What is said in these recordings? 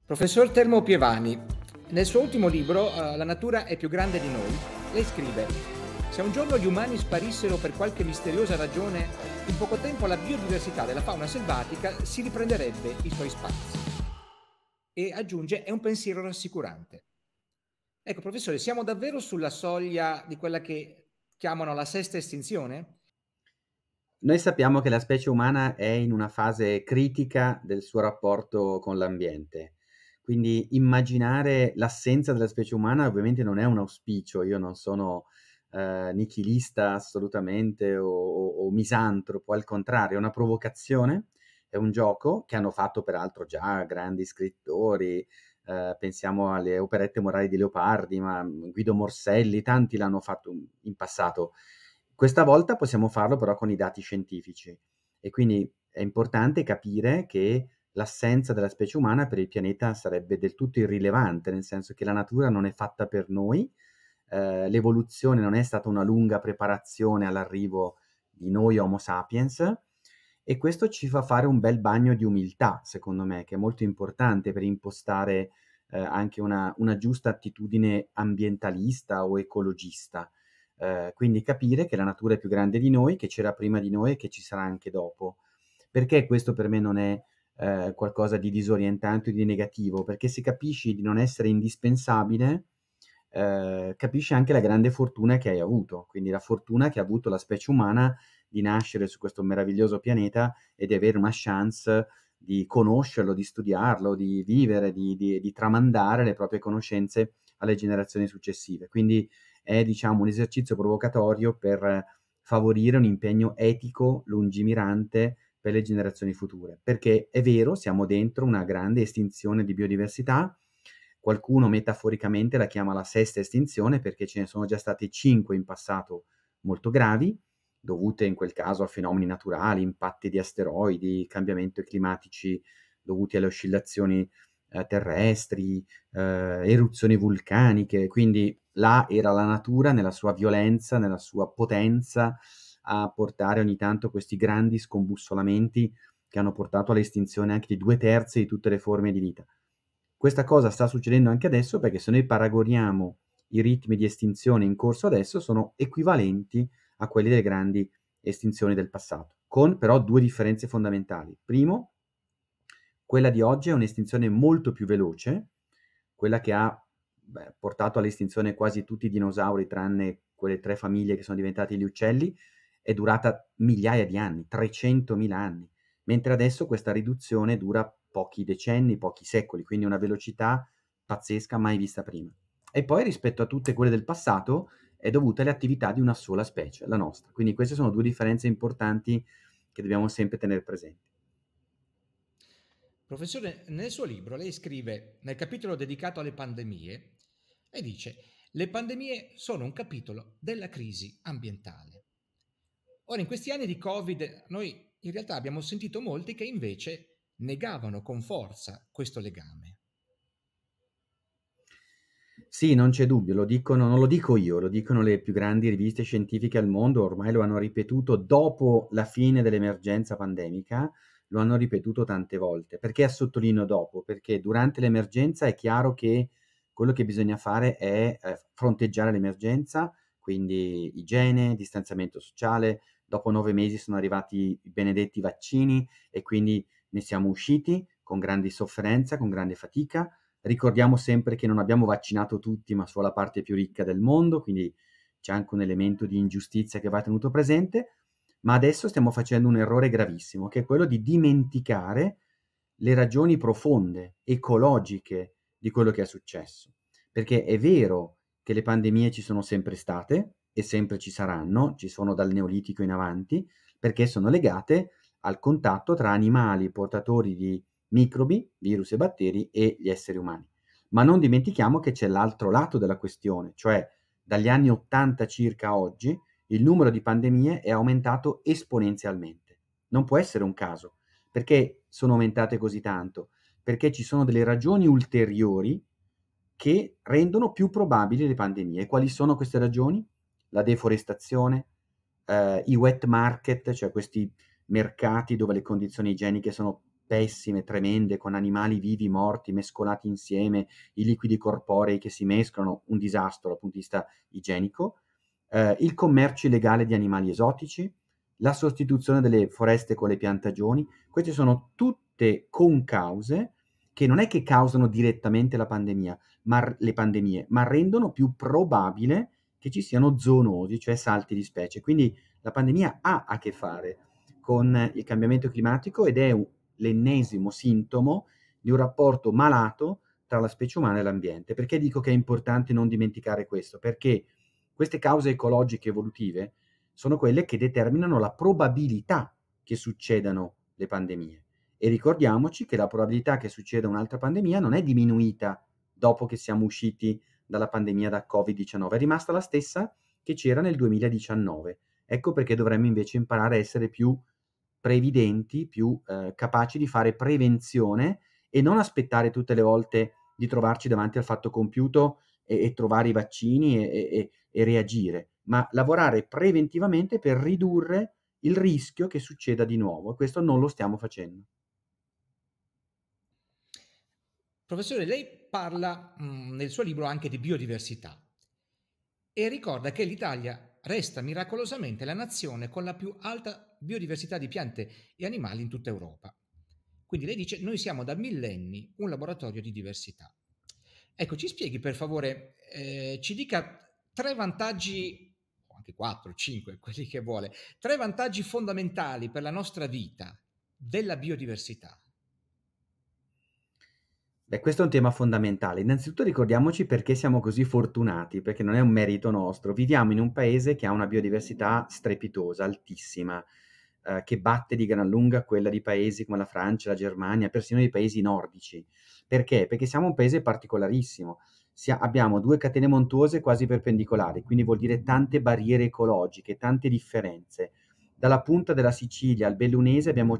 Professor Termo Pievani, nel suo ultimo libro, La natura è più grande di noi, lei scrive: se un giorno gli umani sparissero per qualche misteriosa ragione, in poco tempo la biodiversità della fauna selvatica si riprenderebbe i suoi spazi. E aggiunge: è un pensiero rassicurante. Ecco, professore, siamo davvero sulla soglia di quella che chiamano la sesta estinzione? Noi sappiamo che la specie umana è in una fase critica del suo rapporto con l'ambiente, quindi immaginare l'assenza della specie umana ovviamente non è un auspicio. Io non sono, nichilista assolutamente o misantropo, al contrario, è una provocazione, è un gioco che hanno fatto peraltro già grandi scrittori, pensiamo alle operette morali di Leopardi, ma Guido Morselli, tanti l'hanno fatto in passato. Questa volta possiamo farlo però con i dati scientifici e quindi è importante capire che l'assenza della specie umana per il pianeta sarebbe del tutto irrilevante, nel senso che la natura non è fatta per noi, l'evoluzione non è stata una lunga preparazione all'arrivo di noi Homo sapiens e questo ci fa fare un bel bagno di umiltà, secondo me, che è molto importante per impostare anche una giusta attitudine ambientalista o ecologista. Quindi capire che la natura è più grande di noi, che c'era prima di noi e che ci sarà anche dopo. Perché questo per me non è qualcosa di disorientante o di negativo? Perché se capisci di non essere indispensabile, capisci anche la grande fortuna che hai avuto, quindi la fortuna che ha avuto la specie umana di nascere su questo meraviglioso pianeta e di avere una chance di conoscerlo, di studiarlo, di vivere, di tramandare le proprie conoscenze alle generazioni successive. Quindi è, diciamo, un esercizio provocatorio per favorire un impegno etico lungimirante per le generazioni future. Perché è vero, siamo dentro una grande estinzione di biodiversità, qualcuno metaforicamente la chiama la sesta estinzione perché ce ne sono già state 5 in passato molto gravi, dovute in quel caso a fenomeni naturali, impatti di asteroidi, cambiamenti climatici dovuti alle oscillazioni terrestri, eruzioni vulcaniche, quindi là era la natura nella sua violenza, nella sua potenza a portare ogni tanto questi grandi scombussolamenti che hanno portato all'estinzione anche di 2/3 di tutte le forme di vita. Questa cosa sta succedendo anche adesso perché se noi paragoniamo i ritmi di estinzione in corso adesso sono equivalenti a quelli delle grandi estinzioni del passato, con però 2 differenze fondamentali. Primo, quella di oggi è un'estinzione molto più veloce, quella che ha, portato all'estinzione quasi tutti i dinosauri tranne quelle 3 famiglie che sono diventati gli uccelli, è durata migliaia di anni, 300.000 anni, mentre adesso questa riduzione dura pochi decenni, pochi secoli, quindi una velocità pazzesca mai vista prima. E poi rispetto a tutte quelle del passato è dovuta alle attività di una sola specie, la nostra. Quindi queste sono 2 differenze importanti che dobbiamo sempre tener presenti. Professore, nel suo libro lei scrive, nel capitolo dedicato alle pandemie, e dice: le pandemie sono un capitolo della crisi ambientale. Ora, in questi anni di Covid, noi in realtà abbiamo sentito molti che invece negavano con forza questo legame. Sì, non c'è dubbio, lo dicono non lo dico io, lo dicono le più grandi riviste scientifiche al mondo, ormai lo hanno ripetuto dopo la fine dell'emergenza pandemica, lo hanno ripetuto tante volte. Perché sottolineo dopo? Perché durante l'emergenza è chiaro che quello che bisogna fare è, fronteggiare l'emergenza, quindi igiene, distanziamento sociale. Dopo 9 mesi sono arrivati i benedetti vaccini e quindi ne siamo usciti con grandi sofferenza, con grande fatica. Ricordiamo sempre che non abbiamo vaccinato tutti, ma solo la parte più ricca del mondo, quindi c'è anche un elemento di ingiustizia che va tenuto presente, ma adesso stiamo facendo un errore gravissimo, che è quello di dimenticare le ragioni profonde, ecologiche di quello che è successo. Perché è vero che le pandemie ci sono sempre state e sempre ci saranno, ci sono dal Neolitico in avanti, perché sono legate al contatto tra animali portatori di microbi, virus e batteri e gli esseri umani. Ma non dimentichiamo che c'è l'altro lato della questione, cioè dagli anni 80 circa a oggi il numero di pandemie è aumentato esponenzialmente. Non può essere un caso. Perché sono aumentate così tanto? Perché ci sono delle ragioni ulteriori che rendono più probabili le pandemie. E quali sono queste ragioni? La deforestazione, i wet market, cioè questi mercati dove le condizioni igieniche sono pessime, tremende, con animali vivi, morti, mescolati insieme, i liquidi corporei che si mescolano, un disastro dal punto di vista igienico, il commercio illegale di animali esotici, la sostituzione delle foreste con le piantagioni. Queste sono tutte concause che non è che causano direttamente la pandemia, le pandemie, ma rendono più probabile che ci siano zoonosi, cioè salti di specie. Quindi la pandemia ha a che fare con il cambiamento climatico ed è l'ennesimo sintomo di un rapporto malato tra la specie umana e l'ambiente. Perché dico che è importante non dimenticare questo? Perché queste cause ecologiche evolutive sono quelle che determinano la probabilità che succedano le pandemie. E ricordiamoci che la probabilità che succeda un'altra pandemia non è diminuita dopo che siamo usciti dalla pandemia da Covid-19, è rimasta la stessa che c'era nel 2019. Ecco perché dovremmo invece imparare a essere più previdenti, più capaci di fare prevenzione e non aspettare tutte le volte di trovarci davanti al fatto compiuto e trovare i vaccini e reagire, ma lavorare preventivamente per ridurre il rischio che succeda di nuovo, e questo non lo stiamo facendo. Professore, lei parla nel suo libro anche di biodiversità e ricorda che l'Italia resta miracolosamente la nazione con la più alta biodiversità di piante e animali in tutta Europa. Quindi lei dice, noi siamo da millenni un laboratorio di diversità. Ecco, ci spieghi per favore, ci dica tre vantaggi, o anche quattro, cinque, quelli che vuole, tre vantaggi fondamentali per la nostra vita della biodiversità. Beh, questo è un tema fondamentale. Innanzitutto ricordiamoci perché siamo così fortunati, perché non è un merito nostro. Viviamo in un paese che ha una biodiversità strepitosa, altissima, che batte di gran lunga quella di paesi come la Francia, la Germania, persino i paesi nordici. Perché? Perché siamo un paese particolarissimo. Abbiamo due catene montuose quasi perpendicolari, quindi vuol dire tante barriere ecologiche, tante differenze. Dalla punta della Sicilia al Bellunese abbiamo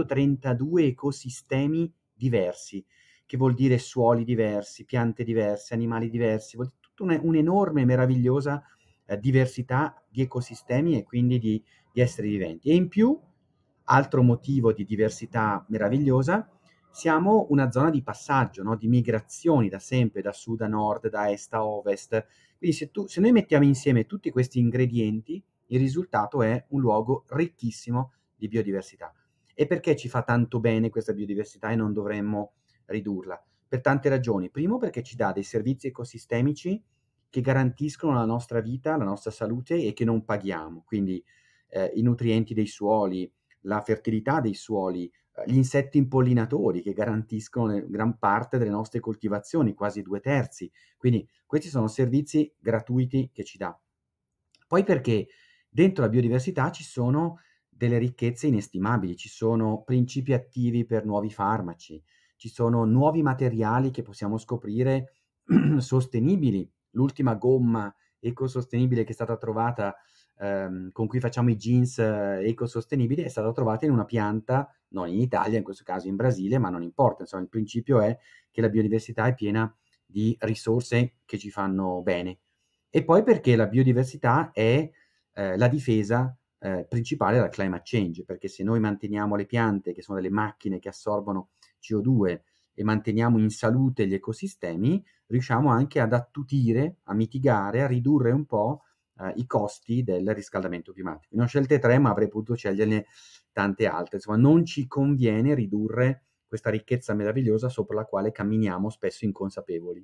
132 ecosistemi diversi, che vuol dire suoli diversi, piante diverse, animali diversi, vuol dire tutta un'enorme e meravigliosa diversità di ecosistemi e quindi di esseri viventi. E in più, altro motivo di diversità meravigliosa, siamo una zona di passaggio, no? Di migrazioni da sempre, da sud a nord, da est a ovest. Quindi se noi mettiamo insieme tutti questi ingredienti, il risultato è un luogo ricchissimo di biodiversità. E perché ci fa tanto bene questa biodiversità e non dovremmo ridurla? Per tante ragioni. Primo, perché ci dà dei servizi ecosistemici che garantiscono la nostra vita, la nostra salute e che non paghiamo. Quindi i nutrienti dei suoli, la fertilità dei suoli, gli insetti impollinatori che garantiscono gran parte delle nostre coltivazioni, quasi 2/3. Quindi questi sono servizi gratuiti che ci dà. Poi perché dentro la biodiversità ci sono delle ricchezze inestimabili, ci sono principi attivi per nuovi farmaci, ci sono nuovi materiali che possiamo scoprire sostenibili. L'ultima gomma ecosostenibile che è stata trovata, con cui facciamo i jeans ecosostenibili, è stata trovata in una pianta, non in Italia, in questo caso in Brasile, ma non importa, insomma il principio è che la biodiversità è piena di risorse che ci fanno bene. E poi perché la biodiversità è la difesa principale dal climate change, perché se noi manteniamo le piante, che sono delle macchine che assorbono CO2, e manteniamo in salute gli ecosistemi, riusciamo anche ad attutire, a mitigare, a ridurre un po' i costi del riscaldamento climatico. Ne ho scelte 3, ma avrei potuto sceglierne tante altre. Insomma, non ci conviene ridurre questa ricchezza meravigliosa sopra la quale camminiamo spesso inconsapevoli.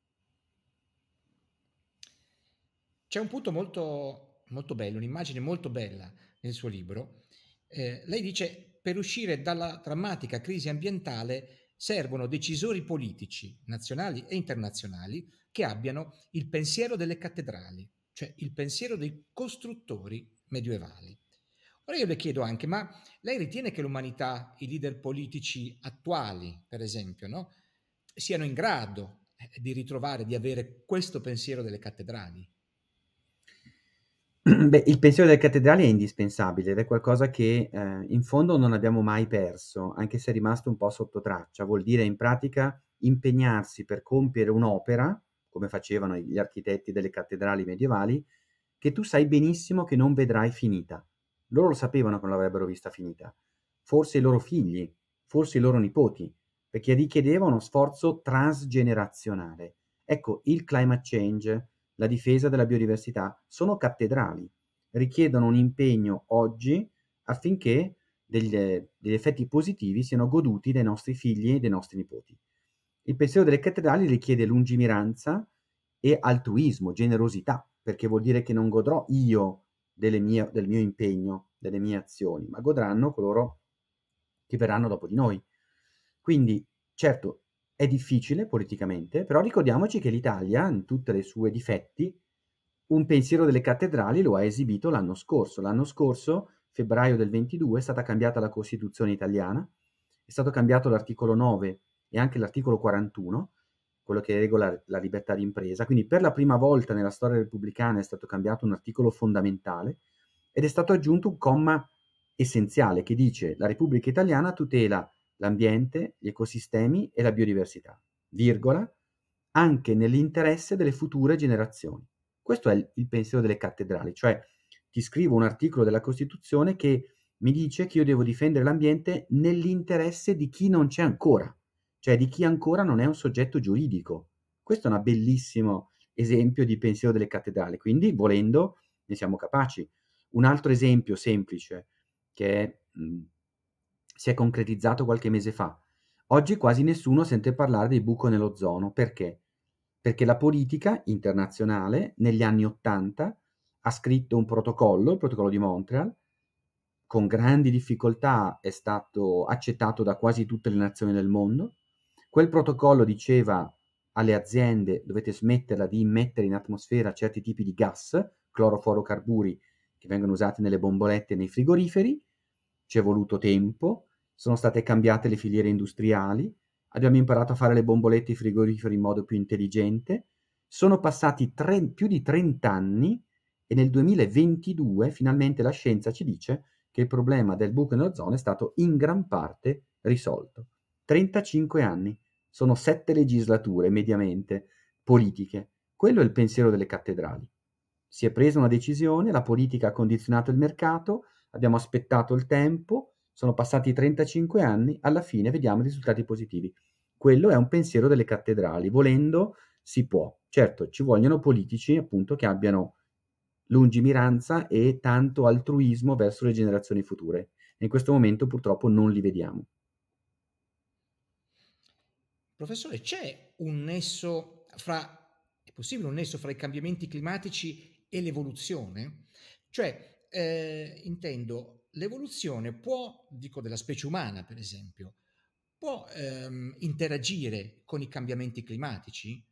C'è un punto molto, molto bello, un'immagine molto bella nel suo libro. Lei dice, per uscire dalla drammatica crisi ambientale servono decisori politici, nazionali e internazionali, che abbiano il pensiero delle cattedrali, cioè il pensiero dei costruttori medievali. Ora io le chiedo anche, ma lei ritiene che l'umanità, i leader politici attuali, per esempio, no, siano in grado di ritrovare, di avere questo pensiero delle cattedrali? Beh, il pensiero delle cattedrali è indispensabile ed è qualcosa che, in fondo non abbiamo mai perso, anche se è rimasto un po' sotto traccia. Vuol dire in pratica impegnarsi per compiere un'opera, come facevano gli architetti delle cattedrali medievali, che tu sai benissimo che non vedrai finita. Loro lo sapevano che non l'avrebbero vista finita. Forse i loro figli, forse i loro nipoti, perché richiedeva uno sforzo transgenerazionale. Ecco, il climate change, la difesa della biodiversità sono cattedrali, richiedono un impegno oggi affinché degli effetti positivi siano goduti dai nostri figli e dai nostri nipoti. Il pensiero delle cattedrali richiede lungimiranza e altruismo, generosità, perché vuol dire che non godrò io del mio impegno, delle mie azioni, ma godranno coloro che verranno dopo di noi. Quindi, certo, è difficile politicamente, però ricordiamoci che l'Italia, in tutti i suoi difetti, un pensiero delle cattedrali lo ha esibito l'anno scorso. L'anno scorso, febbraio del 22, è stata cambiata la Costituzione italiana, è stato cambiato l'articolo 9 e anche l'articolo 41, quello che regola la libertà di impresa. Quindi per la prima volta nella storia repubblicana è stato cambiato un articolo fondamentale ed è stato aggiunto un comma essenziale che dice: la Repubblica Italiana tutela l'ambiente, gli ecosistemi e la biodiversità, virgola, anche nell'interesse delle future generazioni. Questo è il pensiero delle cattedrali, cioè ti scrivo un articolo della Costituzione che mi dice che io devo difendere l'ambiente nell'interesse di chi non c'è ancora, cioè di chi ancora non è un soggetto giuridico. Questo è un bellissimo esempio di pensiero delle cattedrali, quindi volendo ne siamo capaci. Un altro esempio semplice che si è concretizzato qualche mese fa. Oggi quasi nessuno sente parlare di buco nell'ozono. Perché? Perché la politica internazionale negli anni '80 ha scritto un protocollo, il protocollo di Montreal, con grandi difficoltà è stato accettato da quasi tutte le nazioni del mondo. Quel protocollo diceva alle aziende: dovete smetterla di immettere in atmosfera certi tipi di gas, clorofluorocarburi, che vengono usati nelle bombolette e nei frigoriferi. Ci è voluto tempo, sono state cambiate le filiere industriali, abbiamo imparato a fare le bombolette e i frigoriferi in modo più intelligente. Sono passati più di 30 anni e nel 2022 finalmente la scienza ci dice che il problema del buco nell'ozono è stato in gran parte risolto. 35 anni, sono 7 legislature mediamente politiche. Quello è il pensiero delle cattedrali. Si è presa una decisione, la politica ha condizionato il mercato, abbiamo aspettato il tempo, sono passati 35 anni, alla fine vediamo i risultati positivi. Quello è un pensiero delle cattedrali, volendo si può. Certo, ci vogliono politici appunto che abbiano lungimiranza e tanto altruismo verso le generazioni future. In questo momento purtroppo non li vediamo. Professore, c'è un nesso è possibile un nesso fra i cambiamenti climatici e l'evoluzione? Cioè, intendo, l'evoluzione può, dico della specie umana per esempio, può interagire con i cambiamenti climatici?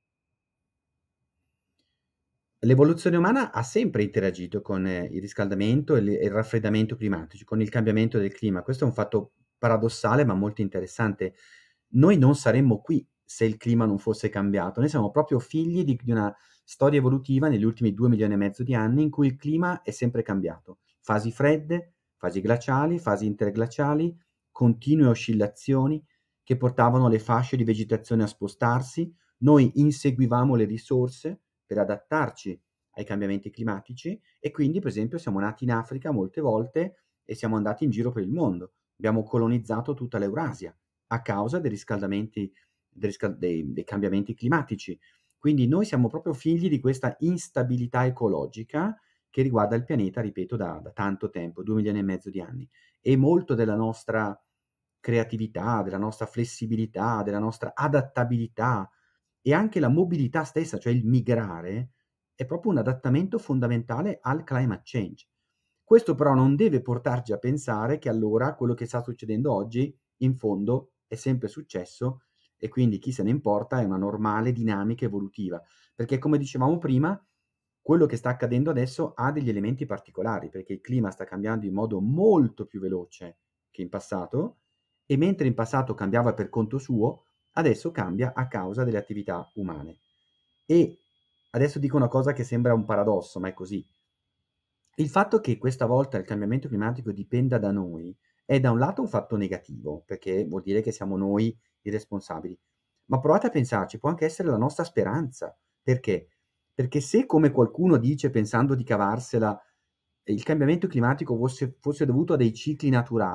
L'evoluzione umana ha sempre interagito con il riscaldamento e il raffreddamento climatici, con il cambiamento del clima. Questo è un fatto paradossale ma molto interessante. Noi non saremmo qui se il clima non fosse cambiato. Noi siamo proprio figli di una storia evolutiva negli ultimi 2 milioni e mezzo di anni in cui il clima è sempre cambiato. Fasi fredde, fasi glaciali, fasi interglaciali, continue oscillazioni che portavano le fasce di vegetazione a spostarsi. Noi inseguivamo le risorse per adattarci ai cambiamenti climatici e quindi, per esempio, siamo nati in Africa molte volte e siamo andati in giro per il mondo. Abbiamo colonizzato tutta l'Eurasia a causa dei riscaldamenti, dei cambiamenti climatici. Quindi noi siamo proprio figli di questa instabilità ecologica che riguarda il pianeta, ripeto, da tanto tempo, 2 milioni e mezzo di anni. E molto della nostra creatività, della nostra flessibilità, della nostra adattabilità e anche la mobilità stessa, cioè il migrare, è proprio un adattamento fondamentale al climate change. Questo però non deve portarci a pensare che allora quello che sta succedendo oggi, in fondo, è sempre successo e quindi chi se ne importa, è una normale dinamica evolutiva. Perché come dicevamo prima, quello che sta accadendo adesso ha degli elementi particolari, perché il clima sta cambiando in modo molto più veloce che in passato e mentre in passato cambiava per conto suo, adesso cambia a causa delle attività umane. E adesso dico una cosa che sembra un paradosso, ma è così. Il fatto che questa volta il cambiamento climatico dipenda da noi è da un lato un fatto negativo, perché vuol dire che siamo noi i responsabili, ma provate a pensarci, può anche essere la nostra speranza. Perché? Perché se, come qualcuno dice pensando di cavarsela, il cambiamento climatico fosse dovuto a dei cicli naturali,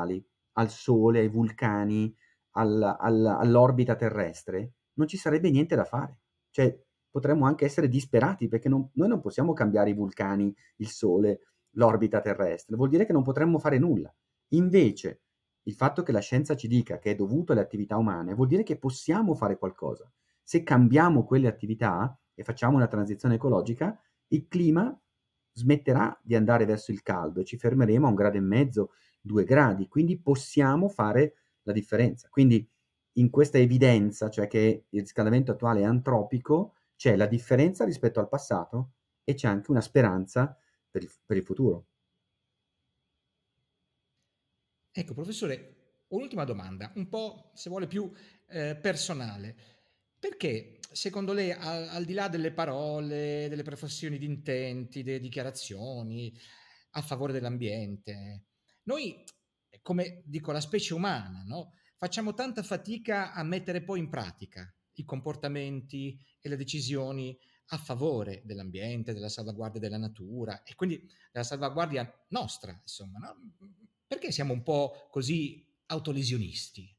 al Sole, ai vulcani, all'orbita terrestre, non ci sarebbe niente da fare. Cioè, potremmo anche essere disperati perché noi non possiamo cambiare i vulcani, il Sole, l'orbita terrestre. Vuol dire che non potremmo fare nulla. Invece, il fatto che la scienza ci dica che è dovuto alle attività umane vuol dire che possiamo fare qualcosa. Se cambiamo quelle attività e facciamo una transizione ecologica, il clima smetterà di andare verso il caldo e ci fermeremo a 1,5 gradi, 2 gradi, quindi possiamo fare la differenza. Quindi in questa evidenza, cioè che il riscaldamento attuale è antropico, c'è la differenza rispetto al passato e c'è anche una speranza per il futuro. Ecco, professore, un'ultima domanda, un po' se vuole più personale. Perché secondo lei, al di là delle parole, delle professioni di intenti, delle dichiarazioni a favore dell'ambiente, noi, come dico, la specie umana, no? Facciamo tanta fatica a mettere poi in pratica i comportamenti e le decisioni a favore dell'ambiente, della salvaguardia della natura e quindi della salvaguardia nostra, insomma, no? Perché siamo un po' così autolesionisti?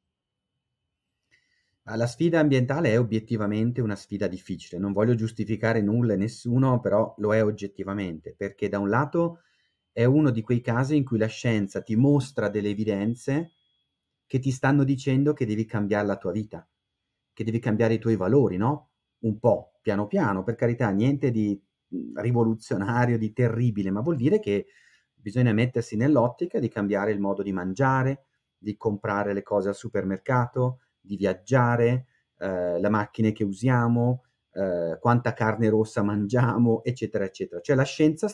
Ma la sfida ambientale è obiettivamente una sfida difficile. Non voglio giustificare nulla e nessuno, però lo è oggettivamente, perché da un lato è uno di quei casi in cui la scienza ti mostra delle evidenze che ti stanno dicendo che devi cambiare la tua vita, che devi cambiare i tuoi valori, no? Un po', piano piano, per carità, niente di rivoluzionario, di terribile, ma vuol dire che bisogna mettersi nell'ottica di cambiare il modo di mangiare, di comprare le cose al supermercato, di viaggiare, le macchine che usiamo, quanta carne rossa mangiamo, eccetera, eccetera. Cioè la scienza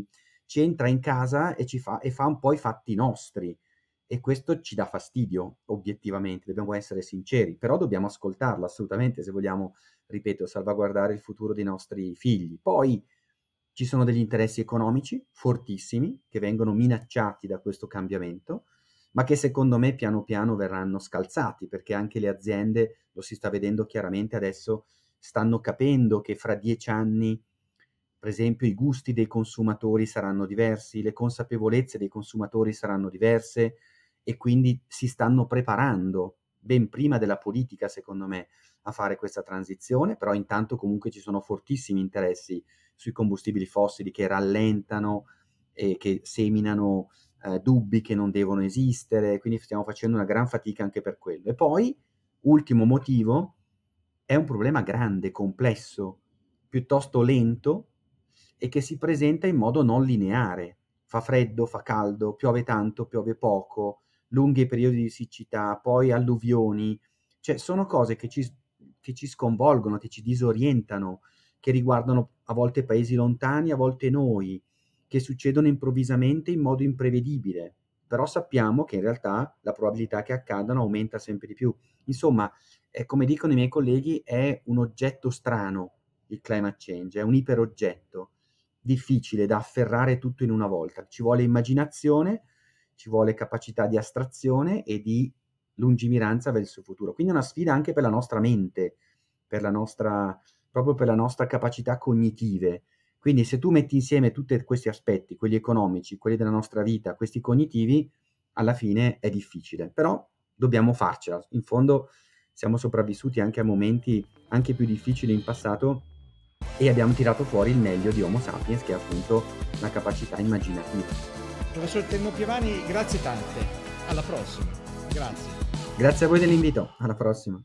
ci entra in casa e fa un po' i fatti nostri e questo ci dà fastidio, obiettivamente, dobbiamo essere sinceri, però dobbiamo ascoltarla assolutamente se vogliamo, ripeto, salvaguardare il futuro dei nostri figli. Poi ci sono degli interessi economici fortissimi che vengono minacciati da questo cambiamento, ma che secondo me piano piano verranno scalzati, perché anche le aziende, lo si sta vedendo chiaramente adesso, stanno capendo che fra 10 anni, per esempio, i gusti dei consumatori saranno diversi, le consapevolezze dei consumatori saranno diverse e quindi si stanno preparando ben prima della politica, secondo me, a fare questa transizione, però intanto comunque ci sono fortissimi interessi sui combustibili fossili che rallentano e che seminano dubbi che non devono esistere, quindi stiamo facendo una gran fatica anche per quello. E poi, ultimo motivo, è un problema grande, complesso, piuttosto lento e che si presenta in modo non lineare. Fa freddo, fa caldo, piove tanto, piove poco, lunghi periodi di siccità, poi alluvioni, cioè sono cose che ci sconvolgono, che ci disorientano, che riguardano a volte paesi lontani, a volte noi, che succedono improvvisamente in modo imprevedibile, però sappiamo che in realtà la probabilità che accadano aumenta sempre di più. Insomma, come dicono i miei colleghi, è un oggetto strano il climate change, è un iperoggetto, difficile da afferrare tutto in una volta. Ci vuole immaginazione, ci vuole capacità di astrazione e di lungimiranza verso il futuro. Quindi è una sfida anche per la nostra mente, per la nostra, proprio per la nostra capacità cognitive. Quindi se tu metti insieme tutti questi aspetti, quelli economici, quelli della nostra vita, questi cognitivi, alla fine è difficile, però dobbiamo farcela. In fondo siamo sopravvissuti anche a momenti anche più difficili in passato e abbiamo tirato fuori il meglio di Homo sapiens, che è appunto la capacità immaginativa. Professor Telmo Piovani, grazie tante. Alla prossima. Grazie. Grazie a voi dell'invito, alla prossima.